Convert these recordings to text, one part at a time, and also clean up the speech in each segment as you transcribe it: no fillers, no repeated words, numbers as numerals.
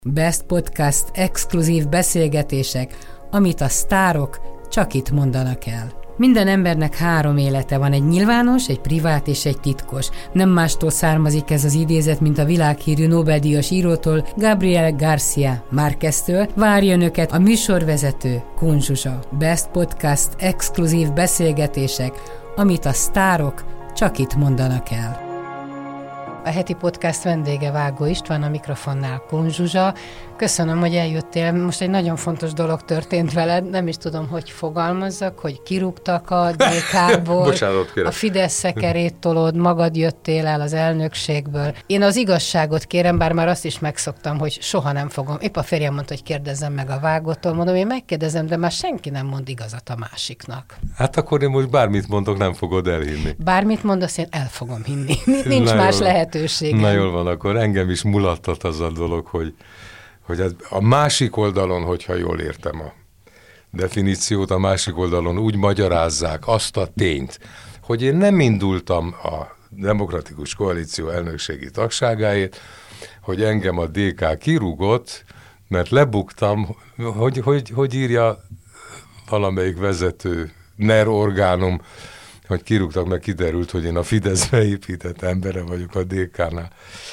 Best Podcast exkluzív beszélgetések, amit a sztárok csak itt mondanak el. Minden embernek 3 élete van, egy nyilvános, egy privát és egy titkos. Nem mástól származik ez az idézet, mint a világhírű Nobel-díjas írótól, Gabriel García Márqueztől. Várja önöket a műsorvezető, Kun Zsuzsa. Best Podcast exkluzív beszélgetések, amit a sztárok csak itt mondanak el. A heti podcast vendége Vágó István, a mikrofonnál Kun Zsuzsa. Köszönöm, hogy eljöttél. Most egy nagyon fontos dolog történt veled, nem is tudom, hogy fogalmazzak, hogy kirúgtak a DK-ból, a Fidesz szekerét tolod, magad jöttél el az elnökségből. Én az igazságot kérem, bár már azt is megszoktam, hogy soha nem fogom. Épp a férjem mondta, hogy kérdezzem meg a Vágótól, mondom, én megkérdezem, de már senki nem mond igazat a másiknak. Hát akkor én most bármit mondok, nem fogod elhinni. Bármit mondasz, én el fogom hinni. Nincs más lehetőség. Na jól van, akkor engem is mulattat az a dolog, hogy a másik oldalon, hogyha jól értem a definíciót, a másik oldalon úgy magyarázzák azt a tényt, hogy én nem indultam a Demokratikus Koalíció elnökségi tagságáért, hogy engem a DK kirúgott, mert lebuktam, hogy írja valamelyik vezető NER orgánum, hogy kirúgtak, meg kiderült, hogy én a Fideszbe épített embere vagyok a DK-nál.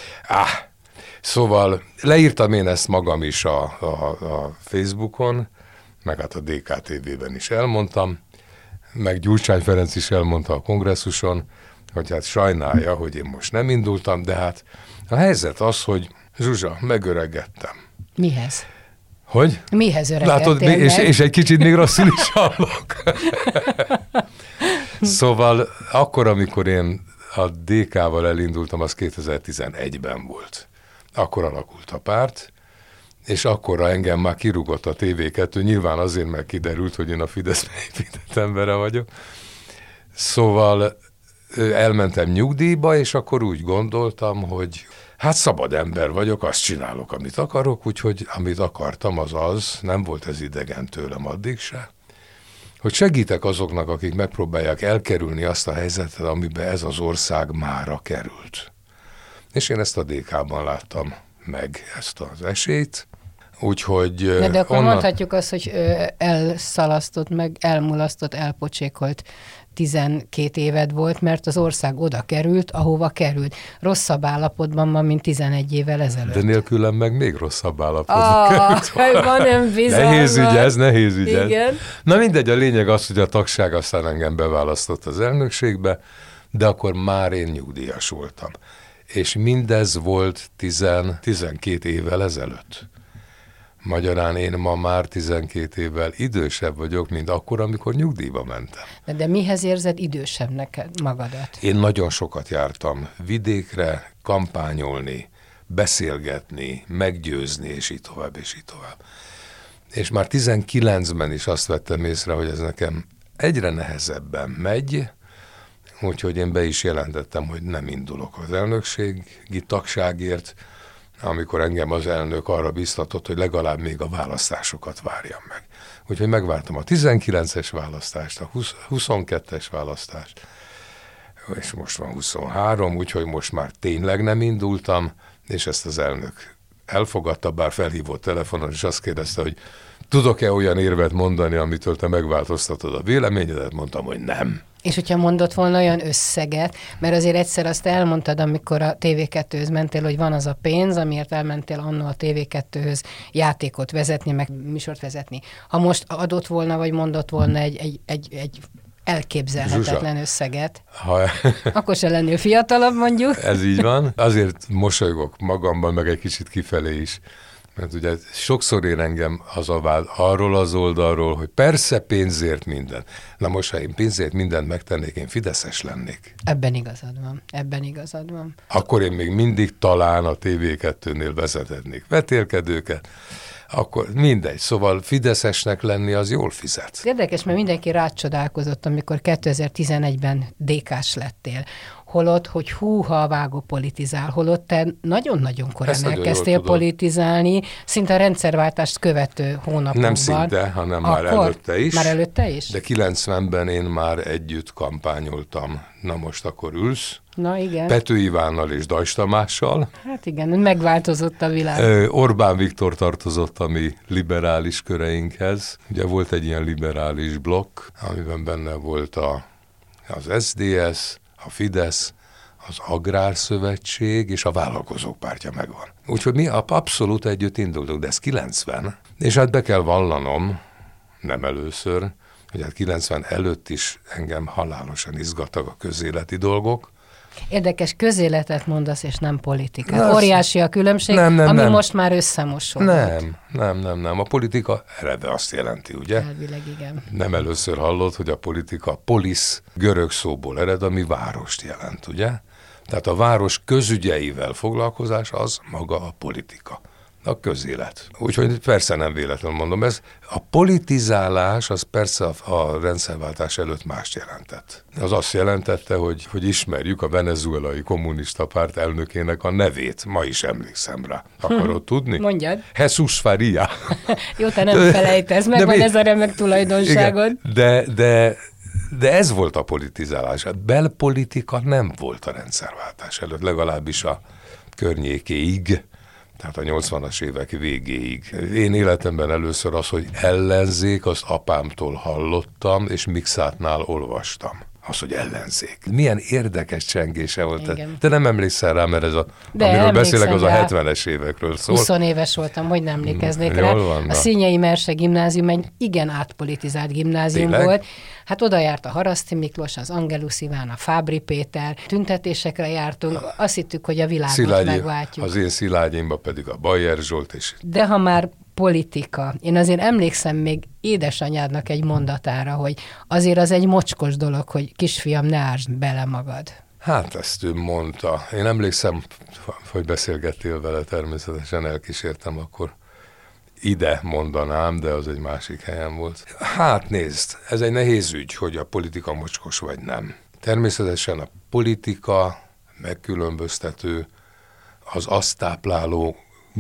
Szóval leírtam én ezt magam is a Facebookon, meg hát a DK TV-ben is elmondtam, meg Gyurcsány Ferenc is elmondta a kongresszuson, hogy hát sajnálja, hogy én most nem indultam, de hát a helyzet az, hogy Zsuzsa, megöregedtem. Mihez? Hogy? Mihez öregedtél? Látod, és egy kicsit még rosszul is hallok. Szóval akkor, amikor én a DK-val elindultam, az 2011-ben volt. Akkor alakult a párt, és akkorra engem már kirúgott a TV2, nyilván azért, mert kiderült, hogy én a Fideszbe épített embere vagyok. Szóval elmentem nyugdíjba, és akkor úgy gondoltam, hogy hát szabad ember vagyok, azt csinálok, amit akarok, úgyhogy amit akartam, az, nem volt ez idegen tőlem addig se, hogy segítek azoknak, akik megpróbálják elkerülni azt a helyzetet, amiben ez az ország mára került. És én ezt a DK-ban láttam meg, ezt az esélyt, úgyhogy... De akkor mondhatjuk azt, hogy elszalasztott, meg elmulasztott, elpocsékolt 12 éved volt, mert az ország oda került, ahova került. Rosszabb állapotban van, mint 11 évvel ezelőtt. De nélkülem meg még rosszabb állapotban került. Nem bizalmas. Nehéz ügy ez. Igen. Na mindegy, a lényeg az, hogy a tagság aztán engem beválasztott az elnökségbe, de akkor már én nyugdíjas voltam. És mindez volt 12 évvel ezelőtt. Magyarán én ma már 12 évvel idősebb vagyok, mint akkor, amikor nyugdíjba mentem. De mihez érzed idősebbnek magadat? Én nagyon sokat jártam vidékre, kampányolni, beszélgetni, meggyőzni, és így tovább, és így tovább. És már 19-ben is azt vettem észre, hogy ez nekem egyre nehezebben megy, úgyhogy én be is jelentettem, hogy nem indulok az elnökségi tagságért, amikor engem az elnök arra biztatott, hogy legalább még a választásokat várjam meg. Úgyhogy megvártam a 19-es választást, a 22-es választást, és most van 23, úgyhogy most már tényleg nem indultam, és ezt az elnök elfogadta, bár felhívott telefonon, és azt kérdezte, hogy tudok-e olyan érvet mondani, amitől te megváltoztatod a véleményedet? Mondtam, hogy nem. És hogyha mondott volna olyan összeget, mert azért egyszer azt elmondtad, amikor a TV2-höz mentél, hogy van az a pénz, amiért elmentél annó a TV2-höz játékot vezetni, meg műsort vezetni. Ha most adott volna, vagy mondott volna egy elképzelhetetlen összeget, akkor se lennél fiatalabb, mondjuk. Ez így van. Azért mosolygok magamban, meg egy kicsit kifelé is. Mert ugye sokszor ér engem az a vád arról az oldalról, hogy persze pénzért minden. Na most, ha én pénzért mindent megtennék, én fideszes lennék. Ebben igazad van. Akkor én még mindig talán a TV2-nél vezethetnék vetélkedőket, akkor mindegy. Szóval fideszesnek lenni az jól fizet. Érdekes, mert mindenki rád csodálkozott, amikor 2011-ben DK-s lettél, holott, hogy húha a vágó politizál, holott te nagyon-nagyon korán elkezdtél politizálni, szinte a rendszerváltást követő hónapokban. Nem szinte, hanem már előtte is. Már előtte is? De 90-ben én már együtt kampányoltam. Na most akkor ülsz. Na igen. Pető Ivánnal és Dajs Tamással. Hát igen, megváltozott a világ. Orbán Viktor tartozott a mi liberális köreinkhez. Ugye volt egy ilyen liberális blokk, amiben benne volt az SZDSZ, a Fidesz, az Agrárszövetség és a Vállalkozók Pártja megvan. Úgyhogy mi abszolút együtt indultunk, de ez 90. És hát be kell vallanom, nem először, hogy hát 90 előtt is engem halálosan izgattak a közéleti dolgok. Érdekes, közéletet mondasz, és nem politikát. Óriási a különbség, ami most már összemosódott. Nem. A politika eleve azt jelenti, ugye? Elvileg igen. Nem először hallod, hogy a politika polis görög szóból ered, ami várost jelent, ugye? Tehát a város közügyeivel foglalkozás az maga a politika. A közélet. Úgyhogy persze nem véletlenül mondom, a politizálás az persze a rendszerváltás előtt mást jelentett. Az azt jelentette, hogy ismerjük a venezuelai kommunista párt elnökének a nevét. Ma is emlékszem rá. Akarod tudni? Mondjad. Jesus Faria. Jó, te nem felejtesz, megvan ez a remek tulajdonságod. Igen, de ez volt a politizálás. A belpolitika nem volt a rendszerváltás előtt, legalábbis a környékéig. Tehát a 80-as évek végéig. Én életemben először az, hogy ellenzék, azt apámtól hallottam, és Mikszátnál olvastam. Az, hogy ellenzék. Milyen érdekes csengése volt. Te nem emlékszel rá, mert amiről beszélek, az a 70-es évekről szól. 20 éves voltam, hogy nem emlékeznék rá. A Színyei Merse gimnázium egy igen átpolitizált gimnázium volt. Hát oda járt a Haraszti Miklós, az Angelus Iván, a Fábry Péter, tüntetésekre jártunk, azt hittük, hogy a világot megváltjuk. Az én Szilágyimba pedig a Bajer Zsolt is. De ha már politika. Én azért emlékszem még édesanyádnak egy mondatára, hogy azért az egy mocskos dolog, hogy kisfiam, ne ásd bele magad. Hát ezt ő mondta. Én emlékszem, hogy beszélgettél vele, természetesen elkísértem, akkor ide mondanám, de az egy másik helyen volt. Hát nézd, ez egy nehéz ügy, hogy a politika mocskos vagy nem. Természetesen a politika megkülönböztető az azt tápláló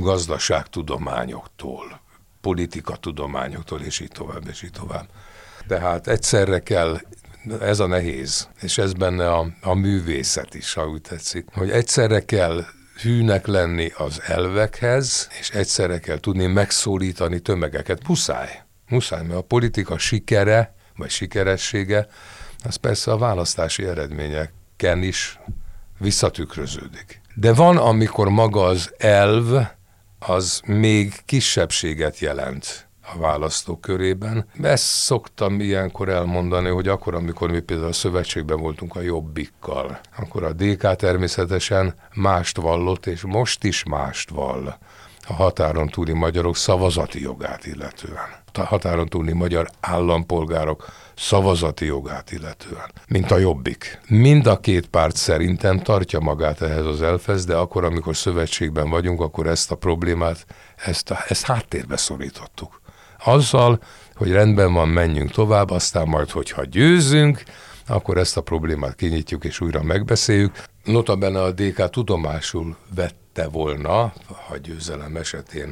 gazdaságtudományoktól, politikatudományoktól, és így tovább, és így tovább. Tehát egyszerre kell, ez a nehéz, és ez benne a művészet is, ha úgy tetszik, hogy egyszerre kell hűnek lenni az elvekhez, és egyszerre kell tudni megszólítani tömegeket. Muszáj, mert a politika sikere, vagy sikeressége, az persze a választási eredményeken is visszatükröződik. De van, amikor maga az elv, az még kisebbséget jelent a választók körében. Ezt szoktam ilyenkor elmondani, hogy akkor, amikor mi például a szövetségben voltunk a Jobbikkal, akkor a DK természetesen mást vallott, és most is mást vall a határon túli magyarok szavazati jogát illetően. A határon túli magyar állampolgárok szavazati jogát illetően, mint a Jobbik. Mind a két párt szerintem tartja magát ehhez az elvhez, de akkor, amikor szövetségben vagyunk, akkor ezt a problémát, ezt háttérbe szorítottuk. Azzal, hogy rendben van, menjünk tovább, aztán majd, hogyha győzünk, akkor ezt a problémát kinyitjuk és újra megbeszéljük. Notabene a DK tudomásul vette volna, ha győzelem esetén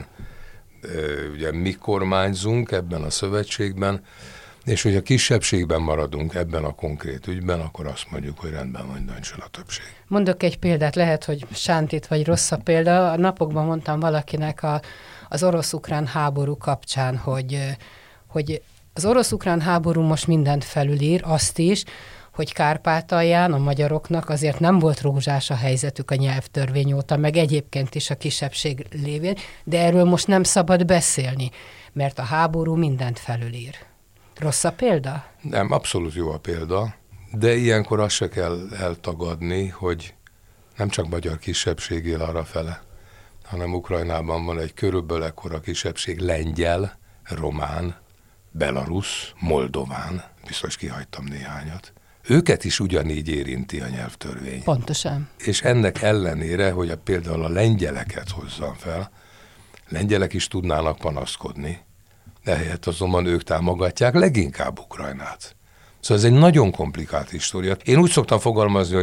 ugye mi kormányzunk ebben a szövetségben, és hogyha kisebbségben maradunk ebben a konkrét ügyben, akkor azt mondjuk, hogy rendben van, döntsön a többség. Mondok egy példát, lehet, hogy sántít vagy rossz a példa. A napokban mondtam valakinek az orosz-ukrán háború kapcsán, hogy az orosz-ukrán háború most mindent felülír, azt is, hogy Kárpátalján a magyaroknak azért nem volt rózsás a helyzetük a nyelvtörvény óta, meg egyébként is a kisebbség lévén, de erről most nem szabad beszélni, mert a háború mindent felülír. Rossz a példa? Nem, abszolút jó a példa, de ilyenkor azt se kell eltagadni, hogy nem csak magyar kisebbség él arrafele, hanem Ukrajnában van egy körülbelül ekkora kisebbség, lengyel, román, belarusz, moldován, biztos kihagytam néhányat. Őket is ugyanígy érinti a nyelvtörvény. Pontosan. És ennek ellenére, hogy például a lengyeleket hozzam fel, lengyelek is tudnának panaszkodni, de helyett azonban ők támogatják leginkább Ukrajnát. Szóval ez egy nagyon komplikált história. Én úgy szoktam fogalmazni, hogy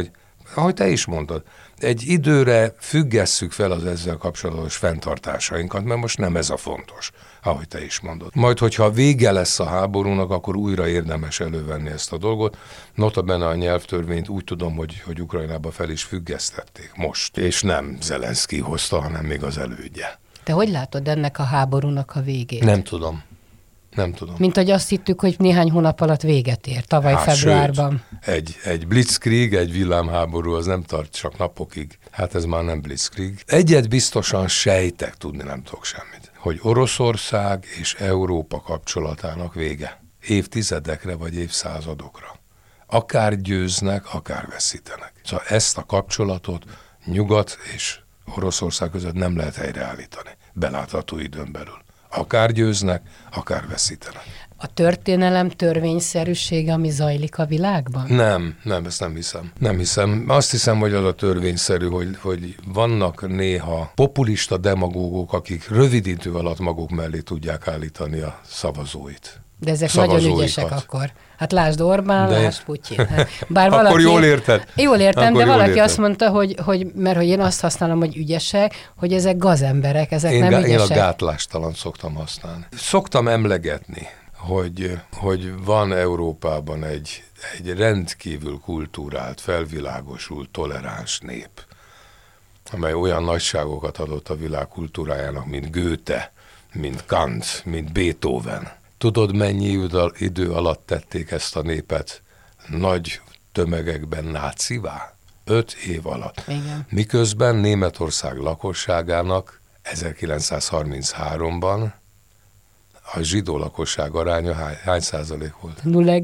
ahogy te is mondod, egy időre függesszük fel az ezzel kapcsolatos fenntartásainkat, mert most nem ez a fontos, ahogy te is mondod. Majd, hogyha vége lesz a háborúnak, akkor újra érdemes elővenni ezt a dolgot. Notabene a nyelvtörvényt úgy tudom, hogy Ukrajnába fel is függesztették most, és nem Zelenszkij hozta, hanem még az elődje. Te hogy látod ennek a háborúnak a végét? Nem tudom. Mint hogy azt hittük, hogy néhány hónap alatt véget ér, tavaly februárban. Sőt, egy blitzkrieg, egy villámháború, az nem tart csak napokig. Hát ez már nem blitzkrieg. Egyet biztosan sejtek, tudni nem tudok semmit, hogy Oroszország és Európa kapcsolatának vége. Évtizedekre vagy évszázadokra. Akár győznek, akár veszítenek. Szóval ezt a kapcsolatot Nyugat és Oroszország között nem lehet helyreállítani belátható időn belül. Akár győznek, akár veszítenek. A történelem törvényszerűsége, ami zajlik a világban? Nem, ezt nem hiszem. Nem hiszem. Azt hiszem, hogy az a törvényszerű, hogy vannak néha populista demagógok, akik rövid idő alatt maguk mellé tudják állítani a szavazóit. De ezek nagyon ügyesek akkor. Hát lásd Orbán, lásd Putyin. Bár akkor valaki, jól érted. Jól értem, akkor de valaki azt mondta, mert hogy én azt használom, hogy ügyesek, hogy ezek gazemberek, ezek nem ügyesek. Én a gátlástalan szoktam használni. Szoktam emlegetni, hogy van Európában egy rendkívül kultúrált, felvilágosult, toleráns nép, amely olyan nagyságokat adott a világ kultúrájának, mint Goethe, mint Kant, mint Beethoven. Tudod, mennyi idő alatt tették ezt a népet nagy tömegekben nácivá? 5 év alatt. Igen. Miközben Németország lakosságának 1933-ban a zsidó lakosság aránya hány százalék volt?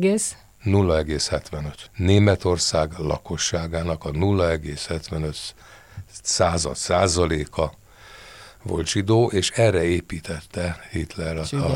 0,75. Németország lakosságának a 0,75 százaléka volt zsidó, és erre építette Hitler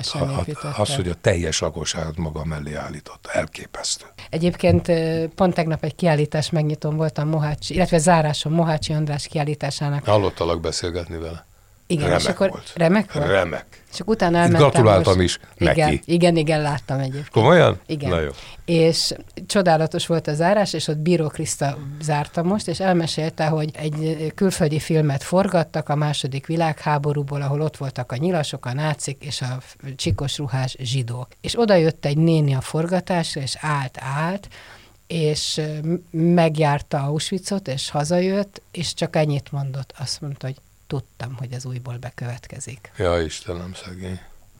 azt, hogy a teljes lakosságot maga mellé állította. Elképesztő. Egyébként pont tegnap egy kiállítás megnyitón voltam Mohácsi, illetve záráson Mohácsi András kiállításának. Hallottalak beszélgetni vele. Igen, remek és akkor volt. Remek volt? Remek. És utána elmentem. Gratuláltam is neki. Igen, láttam egyébként. Komolyan? Igen. Na jó. És csodálatos volt a zárás, és ott Bíró Kriszta zárta most, és elmesélte, hogy egy külföldi filmet forgattak a II. Világháborúból, ahol ott voltak a nyilasok, a nácik és a csikos ruhás zsidók. És oda jött egy néni a forgatásra, és állt, és megjárta Auschwitzot, és hazajött, és csak ennyit mondott. Azt mondta, hogy tudtam, hogy ez újból bekövetkezik. Ja, Istenem, szegény.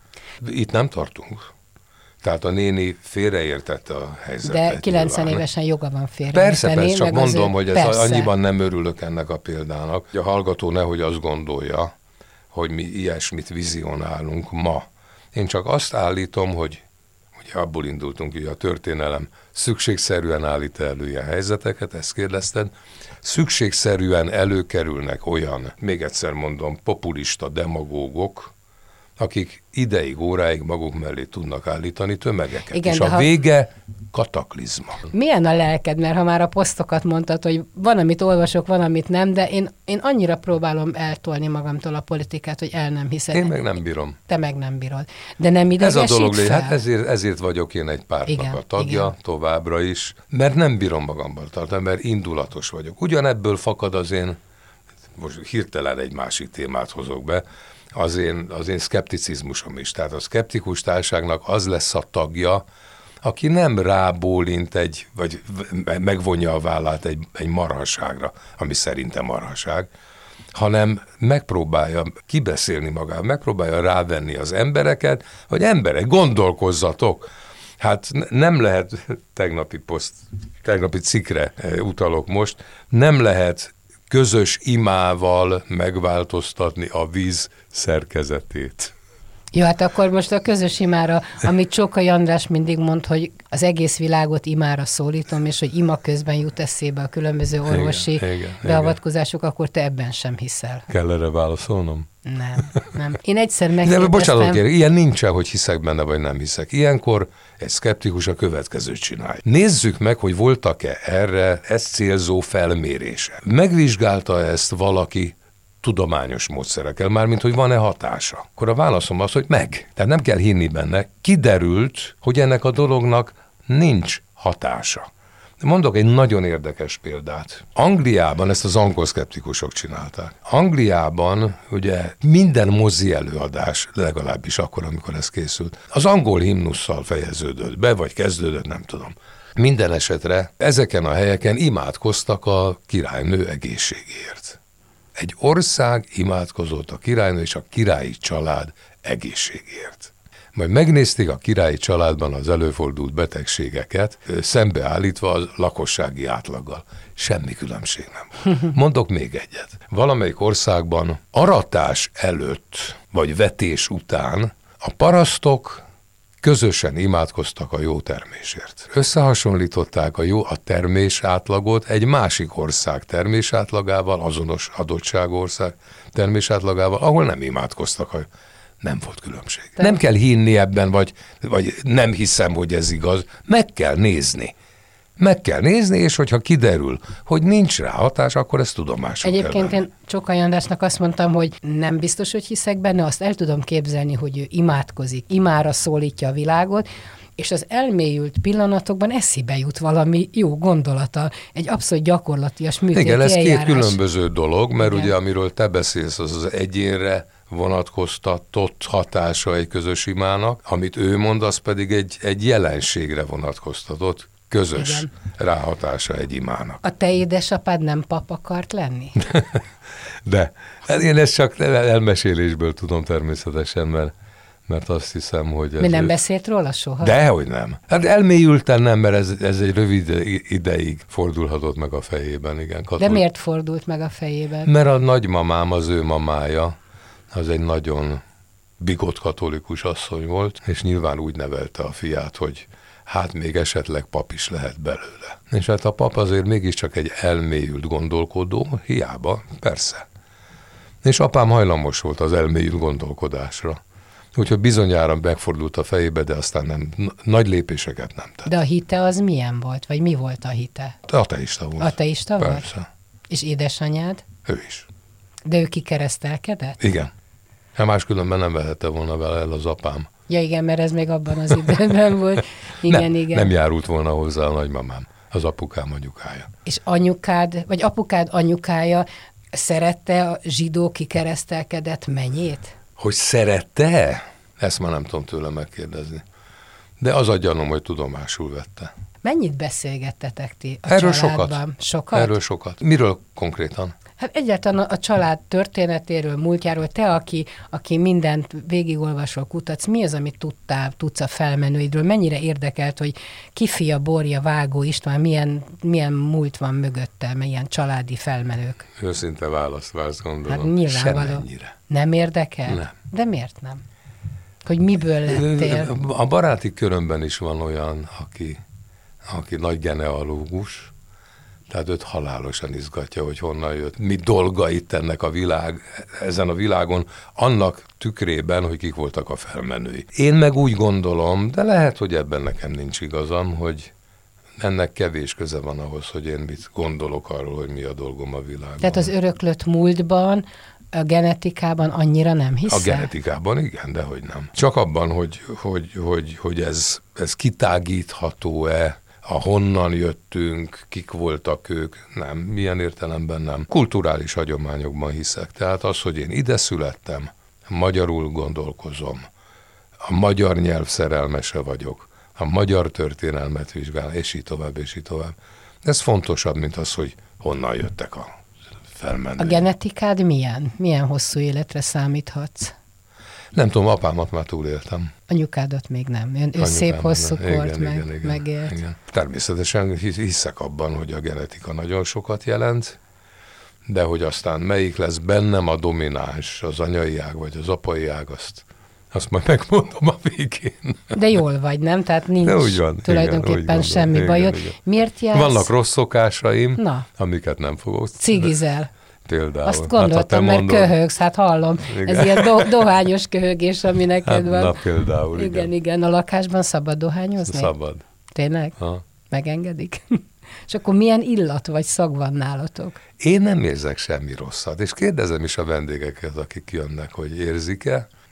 Itt nem tartunk. Tehát a néni félreértette a helyzetet. De 90 évesen joga van félreérteni. Persze, csak mondom, hogy ez annyiban nem örülök ennek a példának. A hallgató nehogy azt gondolja, hogy mi ilyesmit vizionálunk ma. Én csak azt állítom, hogy ugye abból indultunk, hogy a történelem szükségszerűen állít elő ilyen helyzeteket, ezt kérdezted, szükségszerűen előkerülnek olyan, még egyszer mondom, populista demagógok, akik ideig, óráig maguk mellé tudnak állítani tömegeket. Igen, és a vége kataklizma. Milyen a lelked, mert ha már a posztokat mondtad, hogy van, amit olvasok, van, amit nem, de én annyira próbálom eltolni magamtól a politikát, hogy el nem hiszem. Én meg nem bírom. Te meg nem bírod. De nem idegesít ez a dolog fel? Hát ezért vagyok én egy pártnak a tagja, továbbra is, mert nem bírom magamban tartani, mert indulatos vagyok. Ugyanebből fakad az én, most hirtelen egy másik témát hozok be, az én szkepticizmusom is. Tehát a szkeptikus társágnak az lesz a tagja, aki nem rábólint vagy megvonja a vállát egy marhaságra, ami szerintem marhaság, hanem megpróbálja kibeszélni magát, megpróbálja rávenni az embereket, hogy emberek, gondolkozzatok. Hát nem lehet, tegnapi cikkre utalok most, nem lehet közös imával megváltoztatni a víz szerkezetét. Jó, hát akkor most a közös imára, amit Csókai András mindig mond, hogy az egész világot imára szólítom, és hogy ima közben jut eszébe a különböző orvosi beavatkozások, akkor te ebben sem hiszel. Kell erre válaszolnom? Nem. Én egyszer megkérdeztem... De bocsánat, kérlek, ilyen nincsen, hogy hiszek benne, vagy nem hiszek. Ilyenkor egy szkeptikus a következőt csinálja. Nézzük meg, hogy voltak-e erre ezt célzó felmérése. Megvizsgálta ezt valaki tudományos módszerekkel, mármint hogy van-e hatása. Akkor a válaszom az, hogy meg. Tehát nem kell hinni benne. Kiderült, hogy ennek a dolognak nincs hatása. Mondok egy nagyon érdekes példát. Angliában ezt az angol szkeptikusok csinálták. Angliában ugye minden mozi előadás, legalábbis akkor, amikor ez készült, az angol himnusszal fejeződött be, vagy kezdődött, nem tudom. Minden esetre ezeken a helyeken imádkoztak a királynő egészségéért. Egy ország imádkozott a királynő és a királyi család egészségéért. Majd megnézték a királyi családban az előfordult betegségeket, szembeállítva a lakossági átlaggal. Semmi különbség nem. Mondok még egyet. Valamelyik országban aratás előtt, vagy vetés után a parasztok közösen imádkoztak a jó termésért. Összehasonlították a termés átlagot egy másik ország termés átlagával, azonos adottságú ország termés átlagával, ahol nem imádkoztak, nem volt különbség. Nem kell hinni ebben, vagy nem hiszem, hogy ez igaz. Meg kell nézni. Meg kell nézni, és hogyha kiderül, hogy nincs rá hatás, akkor ezt tudomásul kell venni. Egyébként én Csokai Andrásnak azt mondtam, hogy nem biztos, hogy hiszek benne, azt el tudom képzelni, hogy ő imádkozik, imára szólítja a világot, és az elmélyült pillanatokban eszébe jut valami jó gondolata, egy abszolút gyakorlatias műtéti eljárás. Igen, ez eljárás. két különböző dolog, mert igen. Ugye amiről te beszélsz, az egyénre vonatkoztatott hatása egy közös imának, amit ő mond, az pedig egy jelenségre vonatkoztatott közös igen. ráhatása egy imának. A te édesapád nem pap akart lenni? De én ezt csak elmesélésből tudom természetesen, mert azt hiszem, hogy... Mi nem beszélt róla soha? Dehogy nem. Hát elmélyülten nem, mert ez egy rövid ideig fordulhatott meg a fejében, igen. De miért fordult meg a fejében? Mert a nagymamám, az ő mamája, az egy nagyon bigott katolikus asszony volt, és nyilván úgy nevelte a fiát, hogy hát még esetleg pap is lehet belőle. És hát a pap azért mégiscsak egy elmélyült gondolkodó, hiába, persze. És apám hajlamos volt az elmélyült gondolkodásra. Úgyhogy bizonyára megfordult a fejébe, de aztán nem, nagy lépéseket nem tett. De a hite az milyen volt? Vagy mi volt a hite? Ateista volt. Ateista volt? Persze. És édesanyád? Ő is. De ő kikeresztelkedett? Igen. Hát máskülönben nem vehette volna vele el az apám. Ja igen, mert ez még abban az időben volt. Igen, igen. Nem járult volna hozzá a nagymamám, az apukám anyukája. És anyukád, vagy apukád anyukája szerette a zsidó kikeresztelkedett menyét? Hogy szerette? Ezt már nem tudom tőle megkérdezni. De az a gyanom, hogy tudomásul vette. Mennyit beszélgettetek ti a Erről családban? Sokat? Erről sokat. Miről konkrétan? Hát egyáltalán a család történetéről, múltjáról, te, aki mindent végigolvasol, kutatsz, mi az, amit tudsz a felmenőidről? Mennyire érdekelt, hogy ki fia, Borja, Vágó István, milyen múlt van mögötte, milyen családi felmenők? Őszinte választ gondolom. Hát nyilvánvaló. Semmennyire. Nem érdekel? Nem. De miért nem? Hogy miből lettél? A baráti körömben is van olyan, aki nagy genealógus, tehát őt halálosan izgatja, hogy honnan jött, mi dolga itt ennek ezen a világon, annak tükrében, hogy kik voltak a felmenői. Én meg úgy gondolom, de lehet, hogy ebben nekem nincs igazam, hogy ennek kevés köze van ahhoz, hogy én mit gondolok arról, hogy mi a dolgom a világon. Tehát az öröklött múltban, a genetikában annyira nem hiszel? A genetikában igen, de hogy nem. Csak abban, hogy ez kitágítható-e, a honnan jöttünk, kik voltak ők, nem, milyen értelemben nem. Kulturális hagyományokban hiszek, tehát az, hogy én ide születtem, magyarul gondolkozom, a magyar nyelv szerelmese vagyok, a magyar történelmet vizsgál, és így tovább, és így tovább. Ez fontosabb, mint az, hogy honnan jöttek a felmenők. A genetikád milyen? Milyen hosszú életre számíthatsz? Nem tudom, apámat már túléltem. Anyukádat még nem. Ő szép hosszú kort megélt. Igen. Természetesen hiszek abban, hogy a genetika nagyon sokat jelent, de hogy aztán melyik lesz bennem a domináns, az anyai ág vagy az apai ág, azt majd megmondom a végén. De jól vagy, nem? Tehát nincs van, tulajdonképpen igen, semmi bajod. Miért jársz? Vannak rossz szokásaim, amiket nem fogok. Cigizel. Például. Azt gondoltam, mert köhögsz, hát hallom. Igen. Ez ilyen dohányos köhögés, ami neked van. Na például, igen. A lakásban szabad dohányozni? Szabad. Tényleg? Ha. Megengedik? És akkor milyen illat vagy szag van nálatok? Én nem érzek semmi rosszat, és kérdezem is a vendégeket, akik jönnek, hogy érzik-e.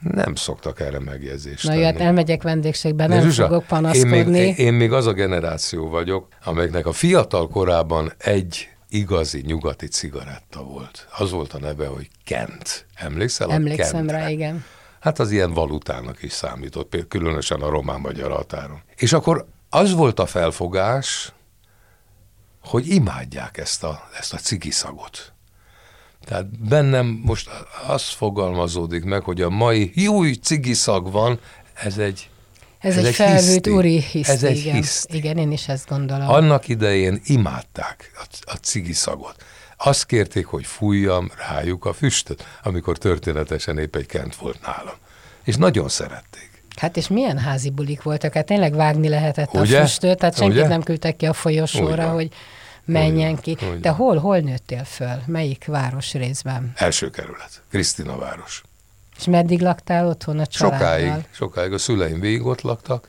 Nem szoktak erre megjegyzést Na jó, hát elmegyek vendégségbe, nem Zsuzsa, fogok panaszkodni. Én még az a generáció vagyok, amelynek a fiatal korában egy igazi nyugati cigaretta volt. Az volt a neve, hogy Kent. Emlékszel? Emlékszem rá, igen. Hát az ilyen valutának is számított, például különösen a román-magyar határon. És akkor az volt a felfogás, hogy imádják ezt a cigiszagot. Tehát bennem most az fogalmazódik meg, hogy a mai jó cigiszag van, ez egy felvült úri hiszt. Ez egy igen. hiszt. Igen, én is ezt gondolom. Annak idején imádták a cigiszagot. Azt kérték, hogy fújjam rájuk a füstöt, amikor történetesen épp egy Kent volt nálam. És nagyon szerették. Hát és milyen házi bulik voltak, hát tényleg vágni lehetett Ugye? A füstöt, tehát senkit Ugye? nem küldtek ki a folyosóra, hogy menjen ki. Úgy Te hol nőttél föl? Melyik városrészben? Első kerület, Krisztinaváros. És meddig laktál otthon a családdal? Sokáig a szüleim végig ott laktak,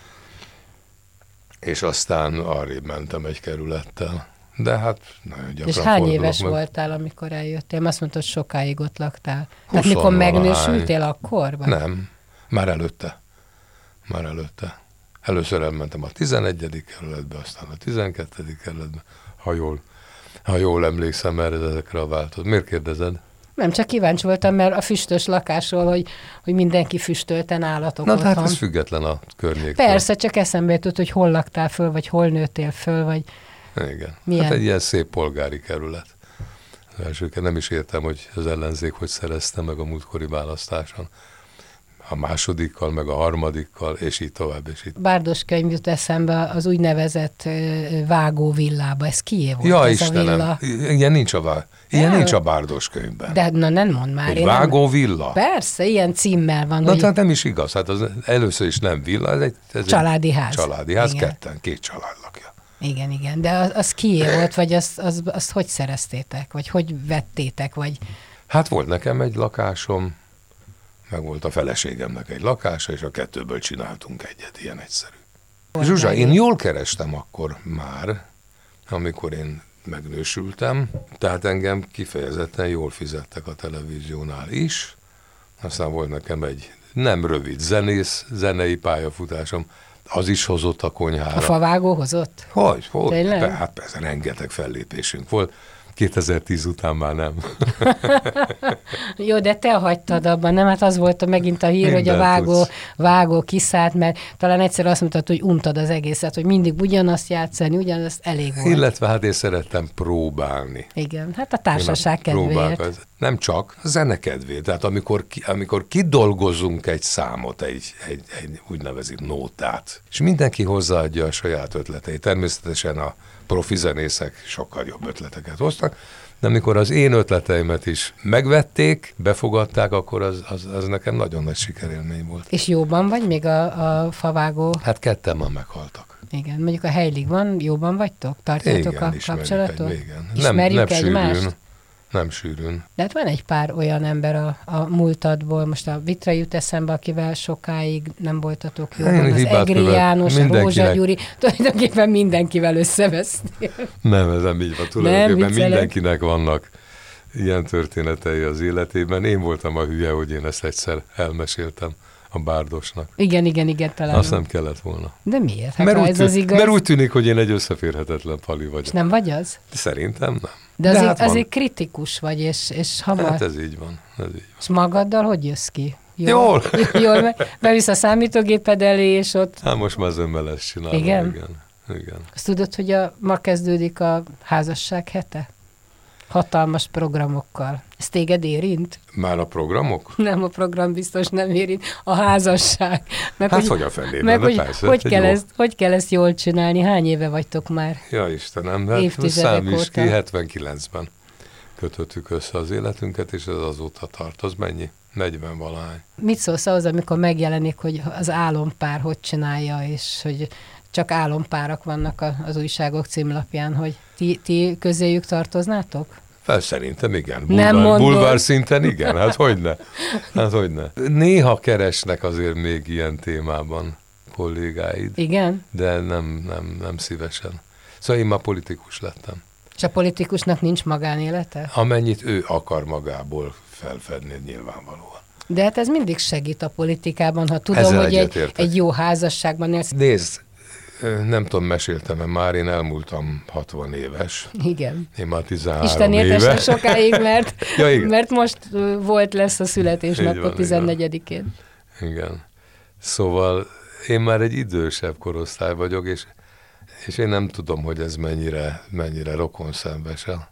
és aztán arrébb mentem egy kerülettel. De hát nagyon gyakran És hány fordulok éves meg. voltál, amikor eljöttél? Azt mondtad, sokáig ott laktál. Tehát 20 mikor valahány. megnősültél akkor? Vagy? Nem, már előtte. Először elmentem a 11. kerületbe, aztán a 12. kerületbe, ha jól emlékszem erre ezekre a változat. Miért kérdezed? Nem, csak kíváncsi voltam, mert a füstös lakásról, hogy mindenki füstölte nálatok Na, otthon. hát ez független a környéktől. Persze, csak eszembe jutott, hogy hol laktál föl, vagy hol nőttél föl, vagy Igen. milyen? Hát egy ilyen szép polgári kerület. Az elsőként nem is értem, hogy az ellenzék hogy szerezte meg a múltkori választáson. A másodikkal, meg a harmadikkal, és így tovább, és így. Bárdos könyv jut eszembe az úgynevezett vágóvillába. Ez kié volt Ja, ez Istenem, a villa? ilyen nincs a Bárdos könyvben. De na, nem mondd már. Egy én vágóvilla? Nem... Persze, ilyen címmel van. Na, hogy tehát nem is igaz. Hát az először is nem villa, ez családi ház. Családi ház, Igen. ketten, 2 család lakja. Igen. De az kié volt, vagy azt hogy szereztétek? Vagy hogy vettétek? Vagy... Hát volt nekem egy lakásom, meg volt a feleségemnek egy lakása, és a 2-ből csináltunk egyet, ilyen egyszerű. Zsuzsa, én jól kerestem akkor már, amikor én megnősültem, tehát engem kifejezetten jól fizettek a televíziónál is, aztán volt nekem egy nem rövid zenei pályafutásom, az is hozott a konyhára. A favágó hozott? Hogy? Tényleg? Hát persze, rengeteg fellépésünk volt. 2010 után már nem. Jó, de te hagytad abban, nem? Hát az volt megint a hír, Mindent hogy a tudsz. vágó kiszállt, mert talán egyszer azt mondtad, hogy untad az egészet, hogy mindig ugyanazt játszani, ugyanazt elég volt. Illetve hát én szerettem próbálni. Igen, hát a társaság Én a kedvéért. Nem csak, a zene kedvéért. Tehát amikor kidolgozunk egy számot, egy úgynevezett nótát, és mindenki hozzáadja a saját ötleteit. Természetesen a profi zenészek sokkal jobb ötleteket hoztak, de amikor az én ötleteimet is megvették, befogadták, akkor az nekem nagyon nagy sikerélmény volt. És jóban vagy még a favágó? Hát 2 már meghaltak. Igen, mondjuk a Heilig van, jóban vagytok? Tartjátok Igen, a ismerjük kapcsolatot? igen. Ismerjük nem egymást? sűrűn. Nem sűrűn. De hát van egy pár olyan ember a múltadból, most a Vitra jut eszembe, akivel sokáig nem voltatok jóban, az Egri János, a Rózsa Gyuri, tulajdonképpen mindenkivel összevesztél. Nem, ez nem így van. Tulajdonképpen viccelek. mindenkinek vannak ilyen történetei az életében. Én voltam a hülye, hogy én ezt egyszer elmeséltem a Bárdosnak. Igen, talán. Azt nem kellett volna. De miért? Hát ez igaz. Mert úgy tűnik, hogy én egy összeférhetetlen pali vagyok. És nem vagy az? Szerintem nem. De azért, hát van. azért kritikus vagy, és hamar... Hát ez így van. És magaddal hogy jössz ki? Jól. Jól, bevisz a számítógéped elé, és ott... Hát most már zömmel ezt csinálom. Igen. Azt tudod, hogy ma kezdődik a házasság hete? Hatalmas programokkal. Ez téged érint? Már a programok? Nem, a program biztos nem érint. A házasság. Meg Hát hogy a fenében, meg de persze. hogy kell ezt jól csinálni? Hány éve vagytok már? Ja Istenem, de Évtizedek számíts óta. ki, 79-ben kötöttük össze az életünket, és ez azóta tart. Az mennyi? 40 valahány. Mit szólsz ahhoz, amikor megjelenik, hogy az álompár hogy csinálja, és hogy csak álompárak vannak az újságok címlapján, hogy ti közéjük tartoznátok? Szerintem igen. Bulvár szinten igen, hát hogyne. Néha keresnek azért még ilyen témában kollégáid. Igen? De nem szívesen. Szóval én már politikus lettem. És a politikusnak nincs magánélete? Amennyit ő akar magából felfedni nyilvánvalóan. De hát ez mindig segít a politikában, ha tudom, Ezzel hogy egyetértek. egy jó házasságban élsz. Nézd, nem tudom, meséltem-e már, én elmúltam 60 éves. Igen. Én már 13 Isten éve. éltessen sokáig, Ja, igen. mert most lesz a születésnapja Így van, 14-én. Igen. Szóval én már egy idősebb korosztály vagyok, és én nem tudom, hogy ez mennyire rokonszenves a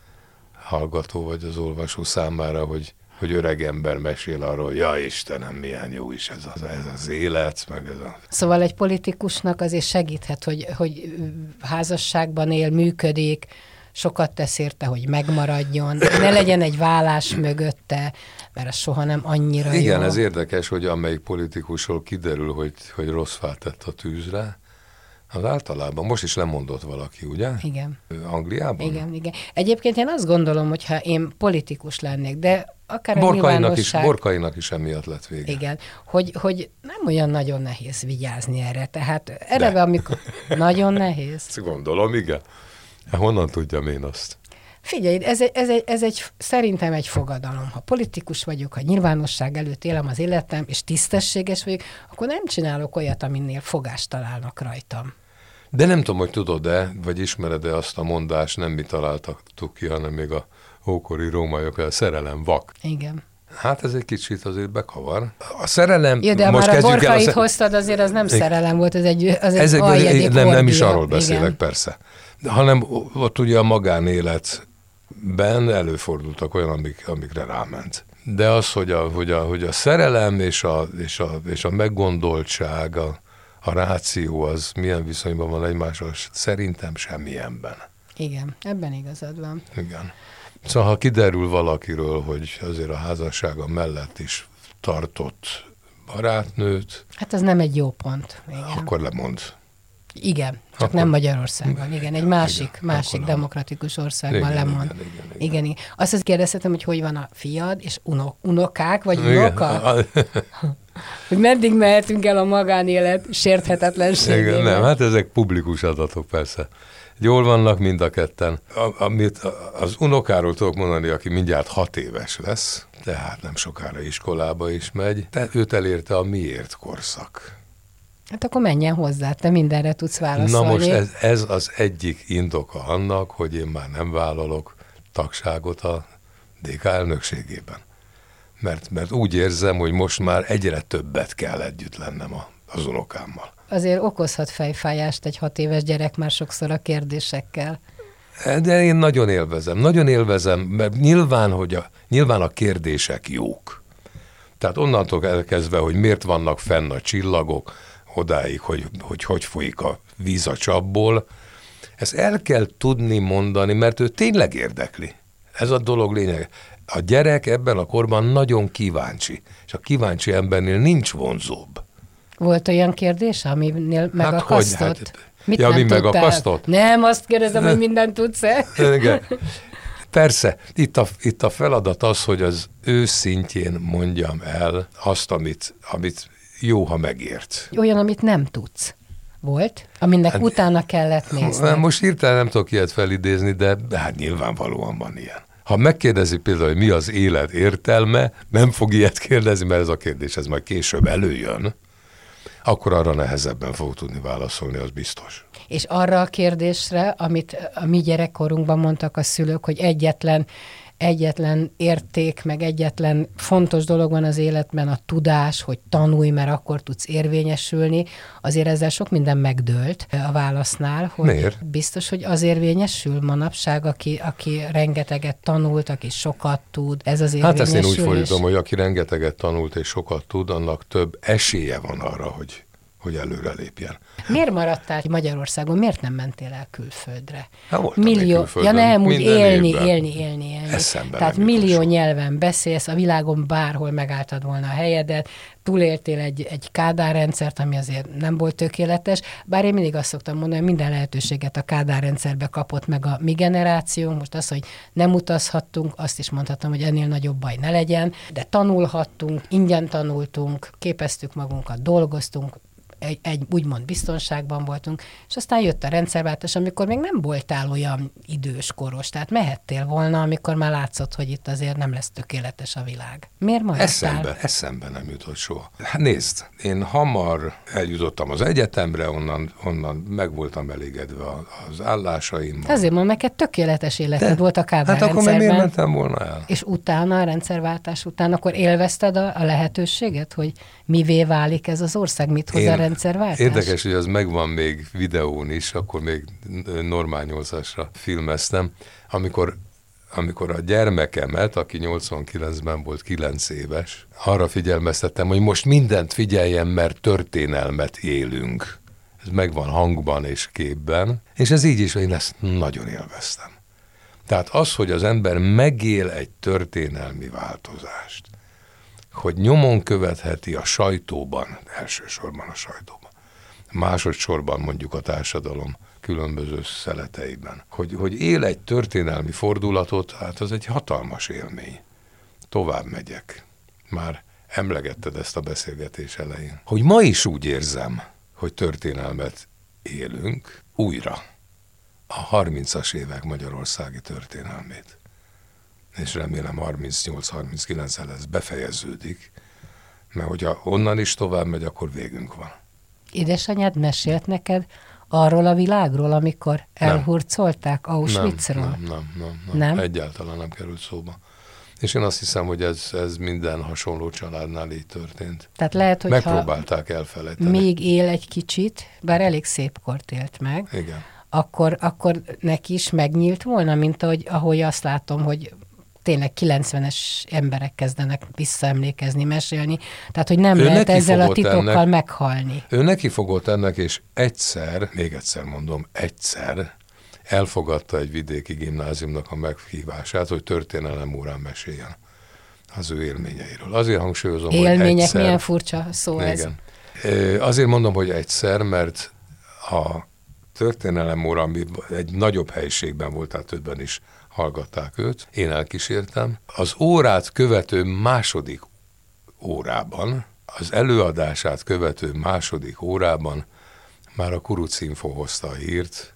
hallgató vagy az olvasó számára, hogy öreg ember mesél arról, ja Istenem, milyen jó is ez az élet, meg ez a... Szóval egy politikusnak azért segíthet, hogy házasságban él, működik, sokat tesz érte, hogy megmaradjon, ne legyen egy vállás mögötte, mert az soha nem annyira jó. Igen, ez érdekes, hogy amelyik politikusról kiderül, hogy rossz fát tett a tűzre, az általában, most is lemondott valaki, ugye? Igen. Angliában? Igen. Egyébként én azt gondolom, hogyha én politikus lennék, de akár a Borkainak nyilvánosság... is emiatt lett vége. Igen, hogy nem olyan nagyon nehéz vigyázni erre. Tehát eleve, amikor... Nagyon nehéz. Ezt gondolom, igen. Honnan tudjam én azt? Figyelj, ez szerintem egy fogadalom. Ha politikus vagyok, ha nyilvánosság előtt élem az életem, és tisztességes vagyok, akkor nem csinálok olyat, aminél fogást találnak rajtam. De nem tudom, hogy tudod-e, vagy ismered-e azt a mondást, nem mi találtuk ki, hanem még a ókori rómaiak, a szerelem vak. Igen. Hát ez egy kicsit azért bekavar. A szerelem... Ja, de most már a kezdjük el Borkait hoztad, azért az nem szerelem volt, ez egy aljegyik nem is arról beszélek, igen. Persze. De, hanem ott ugye a magánéletben előfordultak olyan, amikre ráment. De az, hogy a szerelem és a meggondoltság, a ráció, az milyen viszonyban van egymással, szerintem semmilyenben. Igen, ebben igazad van. Igen. Szóval ha kiderül valakiről, hogy azért a házassága mellett is tartott barátnőt, hát az nem egy jó pont. Igen. akkor lemond. Igen, csak akkor, nem Magyarországon. Igen, egy másik demokratikus országban lemond. Igen. Azt kérdezhetem, hogy van a fiad, és unokák, vagy unoka? Hogy meddig mehetünk el a magánélet sérthetetlenségével? Igen, nem, hát ezek publikus adatok persze. Jól vannak mind a ketten. Amit az unokáról tudok mondani, aki mindjárt 6 éves lesz, tehát nem sokára iskolába is megy, őt elérte a miért korszak. Hát akkor menjen hozzá, te mindenre tudsz válaszolni. Na most ez az egyik indoka annak, hogy én már nem vállalok tagságot a DK elnökségében. Mert úgy érzem, hogy most már egyre többet kell együtt lennem az unokámmal. Azért okozhat fejfájást egy 6 éves gyerek már sokszor a kérdésekkel. De én nagyon élvezem, mert nyilván a kérdések jók. Tehát onnantól elkezdve, hogy miért vannak fenn a csillagok, odáig, hogy folyik a víz a csapból, ezt el kell tudni mondani, mert ő tényleg érdekli. Ez a dolog lényeg. A gyerek ebben a korban nagyon kíváncsi, és a kíváncsi embernél nincs vonzóbb. Volt olyan kérdés, aminél megakasztott? Mit nem megakasztott? Nem, azt kérdezem, hogy mindent tudsz-e? Igen. Persze, itt a feladat az, hogy az ő szintjén mondjam el azt, amit jó, ha megért. Olyan, amit nem tudsz. Volt? Aminek utána kellett nézni. Most hirtelen nem tudok ilyet felidézni, de hát nyilvánvalóan van ilyen. Ha megkérdezi például, hogy mi az élet értelme, nem fog ilyet kérdezni, mert ez a kérdés ez majd később előjön, akkor arra nehezebben fog tudni válaszolni, az biztos. És arra a kérdésre, amit a mi gyerekkorunkban mondtak a szülők, hogy egyetlen érték, meg egyetlen fontos dolog van az életben a tudás, hogy tanulj, mert akkor tudsz érvényesülni. Azért ezzel sok minden megdőlt a válasznál. Hogy miért? Biztos, hogy az érvényesül manapság, aki rengeteget tanult, aki sokat tud, ez az érvényesülés. Hát ezt én úgy fordítom, hogy aki rengeteget tanult és sokat tud, annak több esélye van arra, hogy előrelépjen. Miért maradtál Magyarországon? Miért nem mentél el külföldre? Külföldön. Ja nem, úgy élni. Eszembe Tehát millió nyelven beszélsz, a világon bárhol megálltad volna a helyedet, túléltél egy Kádár rendszert, ami azért nem volt tökéletes, bár én mindig azt szoktam mondani, hogy minden lehetőséget a Kádár rendszerbe kapott meg a mi generációnk, most az, hogy nem utazhattunk, azt is mondhatom, hogy ennél nagyobb baj ne legyen, de tanulhattunk, ingyen tanultunk, képeztük magunkat, dolgoztunk, egy úgymond biztonságban voltunk, és aztán jött a rendszerváltás, amikor még nem voltál olyan időskoros, tehát mehettél volna, amikor már látszott, hogy itt azért nem lesz tökéletes a világ. Miért maradtál? Eszembe nem jutott soha. Hát nézd, én hamar eljutottam az egyetemre, onnan meg voltam elégedve az állásaimmal. Azért mondom, neked tökéletes életed volt a Kádár hát rendszerben. akkor miért mentem volna el? És utána, a rendszerváltás után, akkor élvezted a lehetőséget, hogy mivé válik ez az ország, mit hoz a rendszerváltás? Érdekes, hogy az megvan még videón is, akkor még Normál 8-asra filmeztem, amikor a gyermekemet, aki 89-ben volt 9 éves, arra figyelmeztettem, hogy most mindent figyeljen, mert történelmet élünk. Ez megvan hangban és képben, és ez így is, én ezt nagyon élveztem. Tehát az, hogy az ember megél egy történelmi változást, hogy nyomon követheti a sajtóban, elsősorban a sajtóban, másodszorban mondjuk a társadalom különböző szeleteiben, hogy él egy történelmi fordulatot, hát az egy hatalmas élmény. Tovább megyek. Már emlegetted ezt a beszélgetés elején. Hogy ma is úgy érzem, hogy történelmet élünk újra. A 30-as évek magyarországi történelmét. És remélem 38-39-el ez befejeződik, mert hogyha onnan is tovább megy, akkor végünk van. Édesanyád mesélt neked arról a világról, amikor elhurcolták Auschwitzról? Nem. Egyáltalán nem került szóba. És én azt hiszem, hogy ez minden hasonló családnál így történt. Tehát lehet, hogy megpróbálták elfelejteni. Még él egy kicsit, bár elég szép kort élt meg, igen. Akkor neki is megnyílt volna, mint ahogy azt látom, hogy tényleg 90-es emberek kezdenek visszaemlékezni, mesélni. Tehát, hogy nem lehet ezzel a titokkal meghalni. Ő neki fogott ennek, és még egyszer mondom, elfogadta egy vidéki gimnáziumnak a meghívását, hogy történelem órán meséljen az ő élményeiről. Azért hangsúlyozom, hogy élmények, milyen furcsa szó igen. Ez. Azért mondom, hogy egyszer, mert a történelem óra, ami egy nagyobb helyiségben volt, tehát többen is hallgatták őt. Én elkísértem. Az órát követő második órában, az előadását követő második órában már a Kuruc Info hozta a hírt,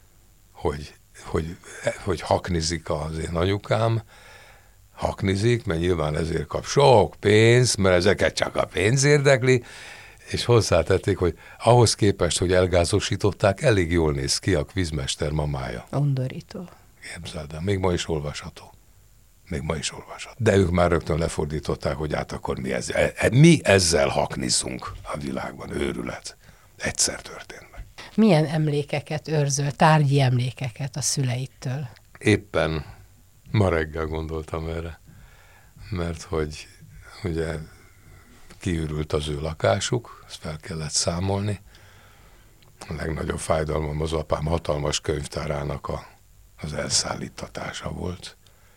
hogy haknizik az én anyukám, haknizik, mert nyilván ezért kap sok pénzt, mert ezeket csak a pénz érdekli, és hozzátették, hogy ahhoz képest, hogy elgázosították, elég jól néz ki a kvízmester mamája. Undorító. Képzeld el, még ma is olvasható. De ők már rögtön lefordították, hogy hát akkor mi ezzel haknizunk a világban, őrület. Egyszer történt meg. Milyen emlékeket őrzöl, tárgyi emlékeket a szüleittől? Éppen ma reggel gondoltam erre, mert hogy ugye kiürült az ő lakásuk, ezt fel kellett számolni. A legnagyobb fájdalmam az apám hatalmas könyvtárának az elszállítatása volt.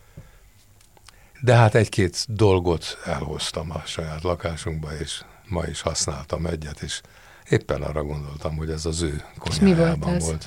De hát egy-két dolgot elhoztam a saját lakásunkba, és ma is használtam egyet, és éppen arra gondoltam, hogy ez az ő konyhájában volt.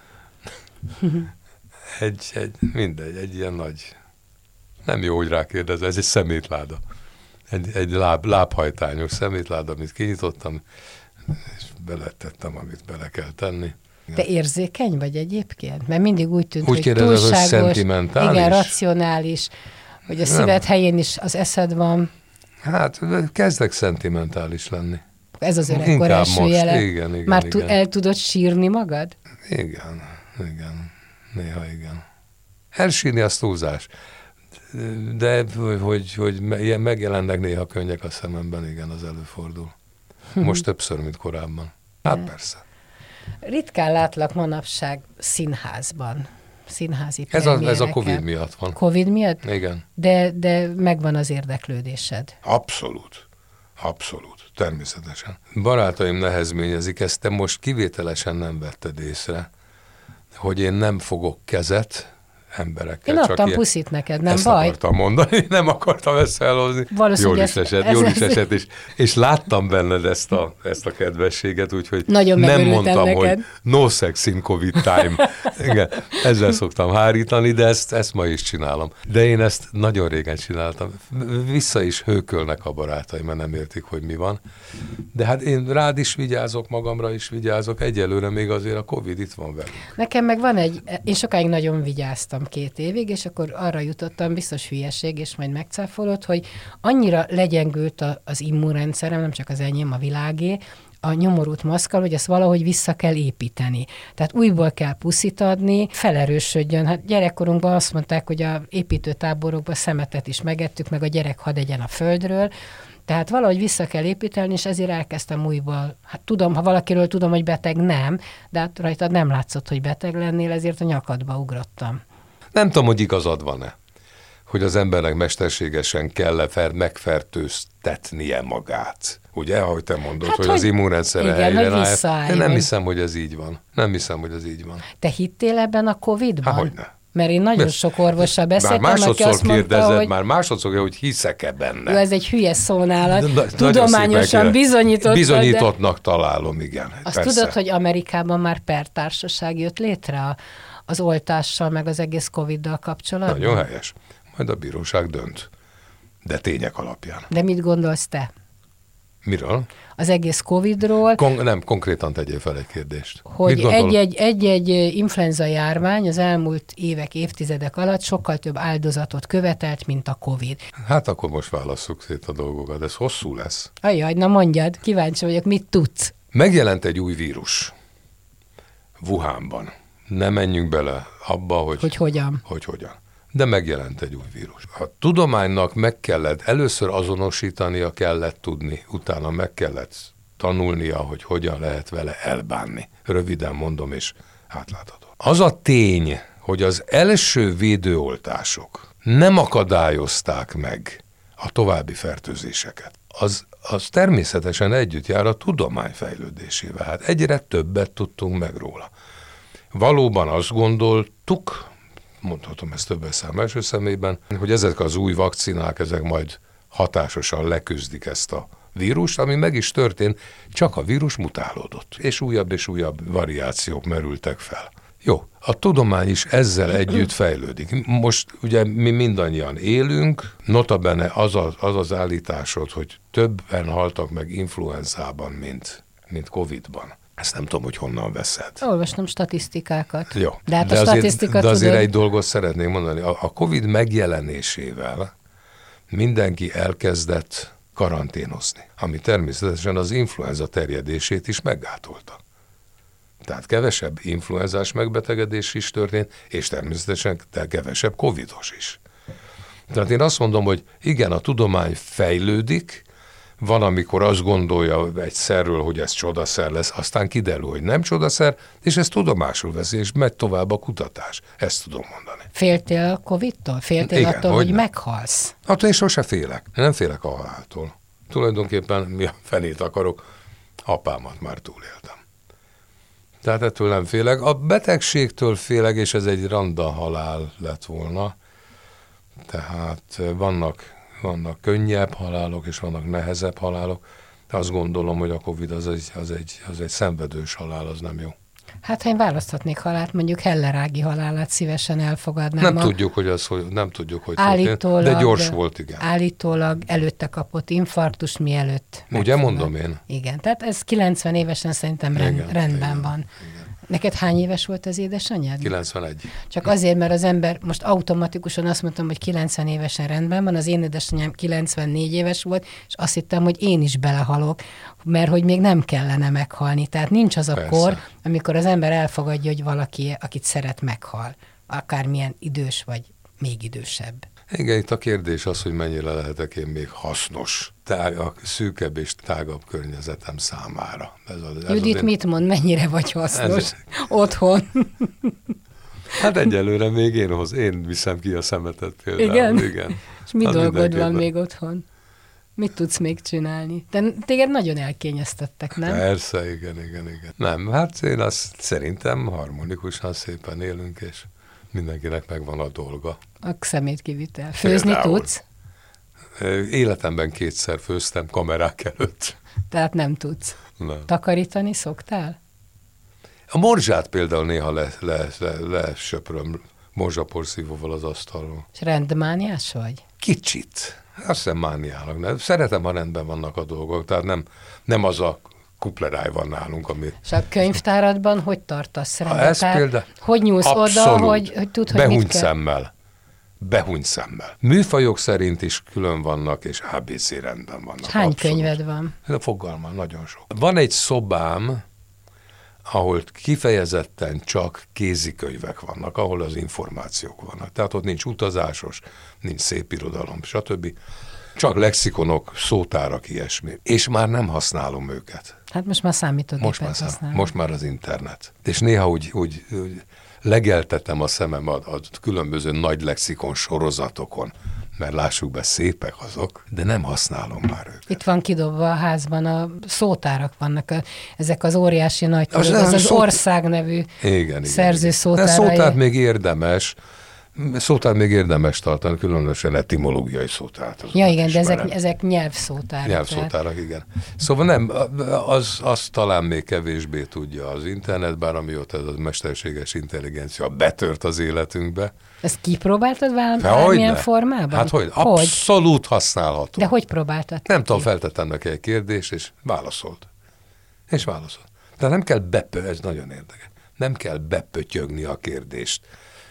Egy ilyen nagy, nem jó, hogy rákérdez, ez egy szemétláda. Egy lábhajtányos szemétláda, amit kinyitottam, és beletettem, amit bele kell tenni. Te érzékeny vagy egyébként? Mert mindig úgy tűnt, hogy túlságos, hogy szentimentális. Igen, racionális, hogy a szíved helyén is az eszed van. Hát kezdek szentimentális lenni. Ez az öregkor első jele. Igen, már el tudod sírni magad? Igen. Néha igen. Elsírni az túlzás. De hogy megjelennek néha könnyek a szememben, igen, az előfordul. Most többször, mint korábban. Hát persze. Ritkán látlak manapság színházban. Színházi ez a Covid miatt van. Covid miatt? Igen. De megvan az érdeklődésed. Abszolút, természetesen. Barátaim nehezményezik ezt, te most kivételesen nem vetted észre, hogy én nem fogok kezet, emberekkel. Én adtam puszit neked, nem ezt baj? Ezt akartam mondani, nem akartam ezt elhozni. Jól is esett, és láttam benned ezt a kedvességet, úgyhogy nagyon nem mondtam, neked. hogy no sex in Covid time. Igen, ezzel szoktam hárítani, de ezt ma is csinálom. De én ezt nagyon régen csináltam. Vissza is hőkölnek a barátaim, mert nem értik, hogy mi van. De hát én rád is vigyázok, magamra is vigyázok, egyelőre még azért a Covid itt van velünk. Nekem meg van én sokáig nagyon vigyáztam 2 évig, és akkor arra jutottam, biztos hülyeség, és majd megcáfolod, hogy annyira legyengült az immunrendszerem, nem csak az enyém, a világé, a nyomorult maszkkal, hogy ezt valahogy vissza kell építeni. Tehát újból kell puszit adni, felerősödjön. Hát gyerekkorunkban azt mondták, hogy a építőtáborokban szemetet is megettük, meg a gyerek hadd egyen a földről. Tehát valahogy vissza kell építeni, és ezért elkezdtem újból. Hát tudom, ha valakiről tudom, hogy beteg, nem, de hát rajtad nem látszott, hogy beteg lennél, ezért a nyakadba ugrottam. Nem tudom, hogy igazad van-e, hogy az embernek mesterségesen kell megfertőztetnie magát. Ugye, ahogy te mondod, hát, hogy az immunrendszere helyre áll. Nem hiszem, hogy ez így van. Nem hiszem, hogy ez így van. Te hittél ebben a Covid-ban? Hát, hogyne. Mert én nagyon sok orvossal beszéltem, aki azt mondta, kérdezed, hogy... Már másodszor, hogy hiszek-e benne. Jó, ez egy hülye szónálat. Tudományosan bizonyítottnak találom, igen. Azt persze. Tudod, hogy Amerikában már pertársaság jött létre az oltással, meg az egész Covid-dal kapcsolatban? Nagyon helyes. Majd a bíróság dönt. De tények alapján. De mit gondolsz te? Miről? Az egész Covid-ról. Nem, konkrétan tegyél fel egy kérdést. Hogy egy-egy influenza járvány az elmúlt évek, évtizedek alatt sokkal több áldozatot követelt, mint a Covid. Hát akkor most válasszuk szét a dolgokat. Ez hosszú lesz. Ajjaj, na mondjad, kíváncsi vagyok, mit tudsz? Megjelent egy új vírus Wuhanban. Ne menjünk bele abba, hogy hogyan. De megjelent egy új vírus. A tudománynak meg kellett, először azonosítania kellett tudni, utána meg kellett tanulnia, hogy hogyan lehet vele elbánni. Röviden mondom, és átlátható. Az a tény, hogy az első védőoltások nem akadályozták meg a további fertőzéseket, az természetesen együtt jár a tudomány fejlődésével. Hát egyre többet tudtunk meg róla. Valóban azt gondoltuk, mondhatom ezt többes szám első személyben, hogy ezek az új vakcinák, ezek majd hatásosan leküzdik ezt a vírust, ami meg is történt, csak a vírus mutálódott, és újabb variációk merültek fel. Jó, a tudomány is ezzel együtt fejlődik. Most ugye mi mindannyian élünk, notabene az állításod, hogy többen haltak meg influenzában, mint Covid-ban. Ezt nem tudom, hogy honnan veszed. Olvastam statisztikákat. Jó. De hát a statisztika de azért egy dolgot szeretnék mondani. A Covid megjelenésével mindenki elkezdett karanténozni, ami természetesen az influenza terjedését is meggátolta. Tehát kevesebb influenzás megbetegedés is történt, és természetesen kevesebb covidos is. Tehát én azt mondom, hogy igen, a tudomány fejlődik, van, amikor azt gondolja egy szerről, hogy ez csodaszer lesz, aztán kiderül, hogy nem csodaszer, és ezt tudomásul veszi, és megy tovább a kutatás. Ezt tudom mondani. Féltél a Covid-tól? Féltél attól, hogy meghalsz? Attól én sose félek. Én nem félek a haláltól. Tulajdonképpen mi a fenét akarok, apámat már túléltem. Tehát ettől nem félek. A betegségtől félek, és ez egy randa halál lett volna. Tehát vannak könnyebb halálok, és vannak nehezebb halálok, de azt gondolom, hogy a Covid az egy szenvedős halál, az nem jó. Hát, ha én választhatnék halált, mondjuk Heller Ági halálát szívesen elfogadnám. Nem tudjuk, hogy történt, de gyors volt, igen. Állítólag előtte kapott infarktus, mielőtt. Ugye mondom én? Igen, tehát ez 90 évesen szerintem rendben van. Igen. Neked hány éves volt az édesanyád? 91. Csak azért, mert az ember, most automatikusan azt mondtam, hogy 90 évesen rendben van, az én édesanyám 94 éves volt, és azt hittem, hogy én is belehalok, mert hogy még nem kellene meghalni. Tehát nincs az a kor, amikor az ember elfogadja, hogy valaki, akit szeret, meghal. Akármilyen idős vagy még idősebb. Igen, itt a kérdés az, hogy mennyire lehetek én még hasznos, szűkebb és tágabb környezetem számára. Judit mit mond, mennyire vagy hasznos otthon? Hát egyelőre még én viszem ki a szemetet például. Igen. És mi dolgod van még otthon? Mit tudsz még csinálni? De téged nagyon elkényeztettek, nem? Persze, igen. Nem, hát én azt szerintem harmonikusan szépen élünk, és Mindenkinek megvan a dolga. A szemétkivitel. Főzni Például. tudsz? Életemben 2-szer főztem kamerák előtt. Tehát nem tudsz. Nem. Takarítani szoktál? A morzsát például néha lesöpröm morzsaporszívóval az asztalról. És rendmániás vagy? Kicsit. Azt hiszem mániálok. De szeretem, ha rendben vannak a dolgok. Tehát nem az a kupleráj van nálunk, ami... És a könyvtáradban hogy tartasz rendet? Ez például... Hogy nyúlsz oda, hogy tudd, hogy mit kell? Behunyt szemmel. Műfajok szerint is külön vannak, és ABC rendben vannak. Hány abszolút. könyved van? De fogalmam, nagyon sok. Van egy szobám, ahol kifejezetten csak kézikönyvek vannak, ahol az információk vannak. Tehát ott nincs utazásos, nincs szépirodalom, stb. Csak lexikonok, szótárak, ilyesmi. És már nem használom őket. Hát most már számítógépet használom. Most már az internet. És néha úgy legeltetem a szemem a különböző nagy lexikon sorozatokon, mert lássuk be, szépek azok, de nem használom már őket. Itt van kidobva a házban, a szótárak vannak, ezek az óriási nagy, az Ország nevű szerző szótárai. De szótárt még érdemes tartani, különösen etimológiai szótárt. Ja igen, de ezek nyelvszótárak. Nyelvszótárak, igen. Szóval nem, az talán még kevésbé tudja az internet, bár amióta ez a mesterséges intelligencia betört az életünkbe. Ezt kipróbáltad valamilyen formában? Hát hogy? Abszolút használható. De hogy próbáltad? Nem tudom, feltettem neki egy kérdést, és válaszolt. Tehát nem kell ez nagyon érdekes. Nem kell bepötyögni a kérdést,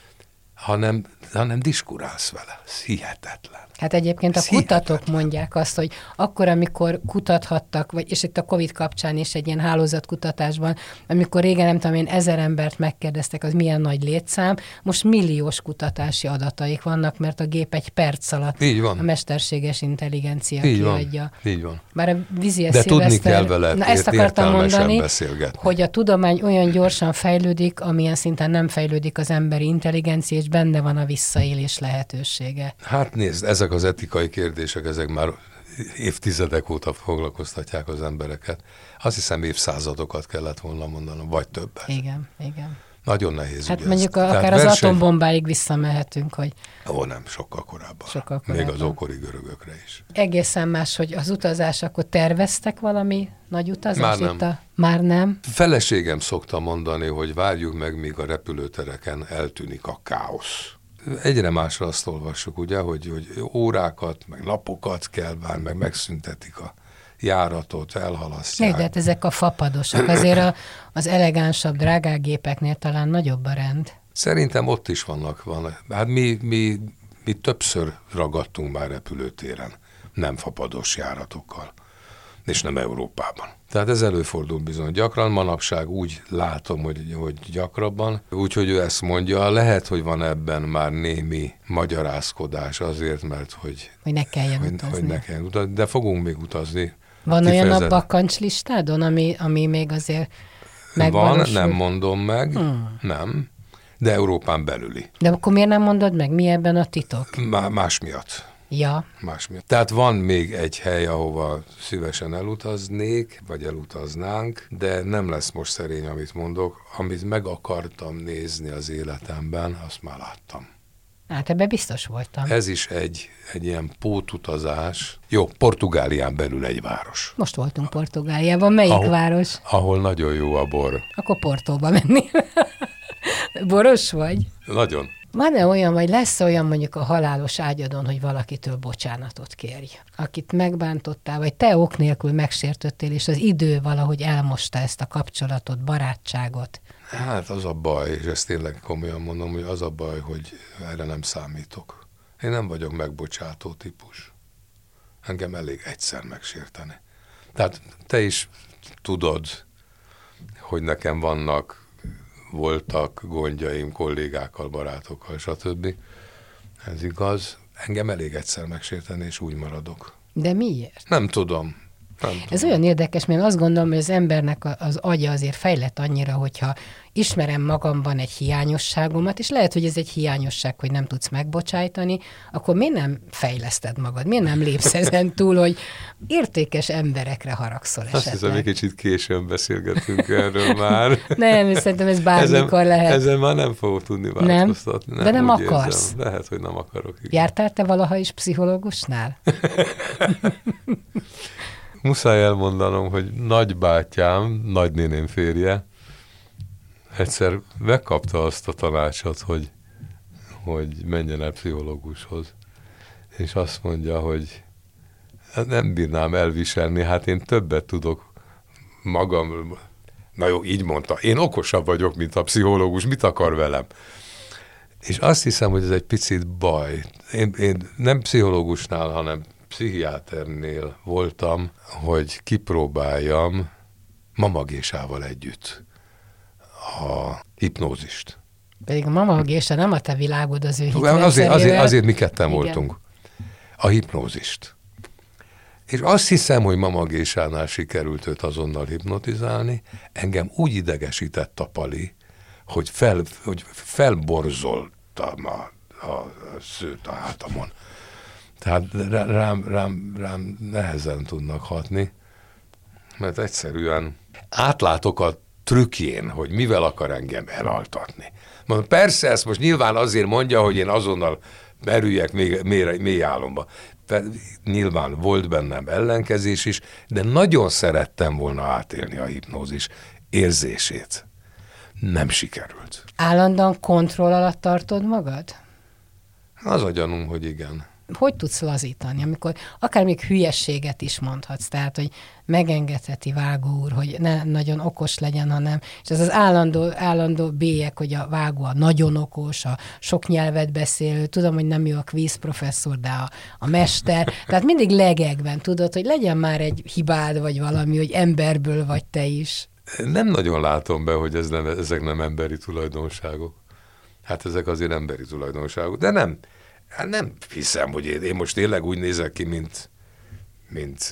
hanem diskurálsz vele. Ez hihetetlen. Hát egyébként a kutatók mondják azt, hogy akkor, amikor kutathattak, és itt a Covid kapcsán is egy ilyen hálózatkutatásban, amikor régen nem tudom én 1000 embert megkérdeztek, az milyen nagy létszám, most milliós kutatási adataik vannak, mert a gép egy perc alatt a mesterséges intelligencia kiadja. Így van. Bár a Vizier de tudni kell vele ezt akartam mondani, beszélgetni. hogy a tudomány olyan gyorsan fejlődik, amilyen szinten nem fejlődik az emberi intelligencia, és benne van a visszaélés lehetősége. Hát nézd, ezek az etikai kérdések, ezek már évtizedek óta foglalkoztatják az embereket. Azt hiszem évszázadokat kellett volna mondanom, vagy többet. Igen. Nagyon nehéz. Hát mondjuk akár az atombombáig visszamehetünk, hogy... Nem, sokkal korábban. Sokkal korábban. Még az ókori görögökre is. Egészen más, hogy az utazás, akkor terveztek valami nagy utazást? Már nem. Már nem? Feleségem szokta mondani, hogy várjuk meg, míg a repülőtereken eltűnik a káosz. Egyre másra azt olvassuk, ugye, hogy órákat, meg napokat kell várni, meg megszüntetik a járatot, elhalasztják. De hát ezek a fapadosok. Azért az elegánsabb, drágább gépeknél talán nagyobb a rend. Szerintem ott is van. Hát mi többször ragadtunk már repülőtéren, nem fapados járatokkal, és nem Európában. Tehát ez előfordul bizony gyakran, manapság úgy látom, hogy gyakrabban, úgyhogy ő ezt mondja, lehet, hogy van ebben már némi magyarázkodás azért, mert hogy ne kelljen utazni. De fogunk még utazni. Van olyan a bakancs-listádon, ami még azért megvalósul? Van, nem mondom meg, nem, de Európán belüli. De akkor miért nem mondod meg? Mi ebben a titok? Más miatt. Ja. Tehát van még egy hely, ahova szívesen elutaznék, vagy elutaznánk, de nem lesz most szerény, amit mondok. Amit meg akartam nézni az életemben, azt már láttam. Hát ebben biztos voltam. Ez is egy ilyen pótutazás. Jó, Portugálián belül egy város. Most voltunk Portugáliában. Melyik város? Ahol nagyon jó a bor. Akkor Portóba menni. Boros vagy? Nagyon. Van-e olyan, vagy lesz olyan mondjuk a halálos ágyadon, hogy valakitől bocsánatot kérj? Akit megbántottál, vagy te ok nélkül megsértöttél, és az idő valahogy elmosta ezt a kapcsolatot, barátságot? Hát az a baj, és ezt tényleg komolyan mondom, hogy az a baj, hogy erre nem számítok. Én nem vagyok megbocsátó típus. Engem elég egyszer megsérteni. Tehát te is tudod, hogy nekem voltak gondjaim kollégákkal, barátokkal, stb. Ez igaz. Engem elég egyszer megsérteni, és úgy maradok. De miért? Nem tudom. Ez olyan érdekes, mert azt gondolom, hogy az embernek az agya azért fejlett annyira, hogyha ismerem magamban egy hiányosságomat, és lehet, hogy ez egy hiányosság, hogy nem tudsz megbocsájtani, akkor miért nem fejleszted magad? Miért nem lépsz ezen túl, hogy értékes emberekre haragszol esetleg? Azt hiszem, egy kicsit későn beszélgetünk erről már. Nem, szerintem ez bármikor lehet. Ezen már nem fogok tudni változtatni. Nem? De nem akarsz. Érzem. Lehet, hogy nem akarok. Igen. Jártál te valaha is pszichológusnál? Muszáj elmondanom, hogy nagybátyám, nagynéném férje, egyszer megkapta azt a tanácsot, hogy menjen el pszichológushoz. És azt mondja, hogy nem bírnám elviselni, hát én többet tudok magam. Na jó, így mondta, én okosabb vagyok, mint a pszichológus, mit akar velem? És azt hiszem, hogy ez egy picit baj. Én nem pszichológusnál, hanem pszichiáternél voltam, hogy kipróbáljam Mama Gésával együtt a hipnózist. Pedig a Mama Gésa nem a te világod az ő azért mi ketten voltunk. A hipnózist. És azt hiszem, hogy Mama Gésánál sikerült őt azonnal hipnotizálni. Engem úgy idegesített a pali, hogy felborzoltam a szőt a hátamon. Tehát rám nehezen tudnak hatni, mert egyszerűen átlátok a trükkjén, hogy mivel akar engem elaltatni. Mondom, persze, ezt most nyilván azért mondja, hogy én azonnal merüljek mély álomba. Nyilván volt bennem ellenkezés is, de nagyon szerettem volna átélni a hipnózis érzését. Nem sikerült. Állandóan kontroll alatt tartod magad? Az a gyanúm, hogy igen. Hogy tudsz lazítani, amikor akár még hülyességet is mondhatsz, tehát, hogy megengedheti Vágó úr, hogy ne nagyon okos legyen, hanem, és ez az állandó bélyeg, hogy a Vágó a nagyon okos, a sok nyelvet beszélő, tudom, hogy nem ő a quiz professzor, de a mester, tehát mindig legekben tudod, hogy legyen már egy hibád, vagy valami, hogy emberből vagy te is. Nem nagyon látom be, hogy ezek nem emberi tulajdonságok. Hát ezek azért emberi tulajdonságok, de nem hiszem, hogy én most tényleg úgy nézek ki, mint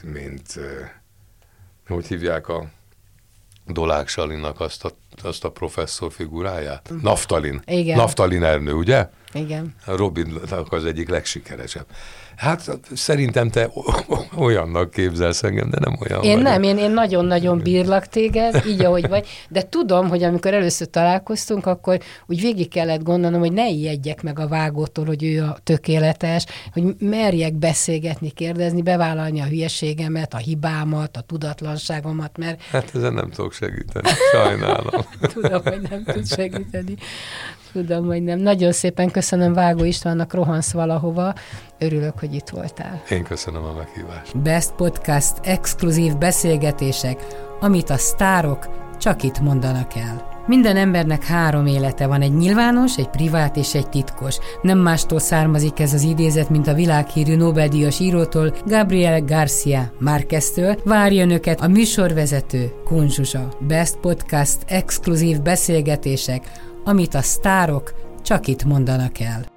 hogy hívják a Dolák Salinak azt a professzor figuráját? Naftalin. Igen. Naftalin Ernő, ugye? Igen. A Robinnak az egyik legsikeresebb. Hát szerintem te olyannak képzelsz engem, de nem olyan Én vagyok. Nem, én nagyon-nagyon bírlak téged, így ahogy vagy, de tudom, hogy amikor először találkoztunk, akkor úgy végig kellett gondolnom, hogy ne ijedjek meg a Vágótól, hogy ő a tökéletes, hogy merjek beszélgetni, kérdezni, bevállalni a hülyeségemet, a hibámat, a tudatlanságomat, mert... Hát ezen nem tudok segíteni, sajnálom. Tudom, hogy nem tud segíteni. Tudom, hogy nem. Nagyon szépen köszönöm Vágó Istvánnak, Rohansz valahova. Örülök, hogy itt voltál. Én köszönöm a meghívást. Best Podcast exkluzív beszélgetések, amit a sztárok csak itt mondanak el. Minden embernek 3 élete van, egy nyilvános, egy privát és egy titkos. Nem mástól származik ez az idézet, mint a világhírű Nobel-díjas írótól, Gabriel García Márqueztől. Várja önöket a műsorvezető, Kun Zsuzsa. Best Podcast exkluzív beszélgetések, amit a sztárok csak itt mondanak el.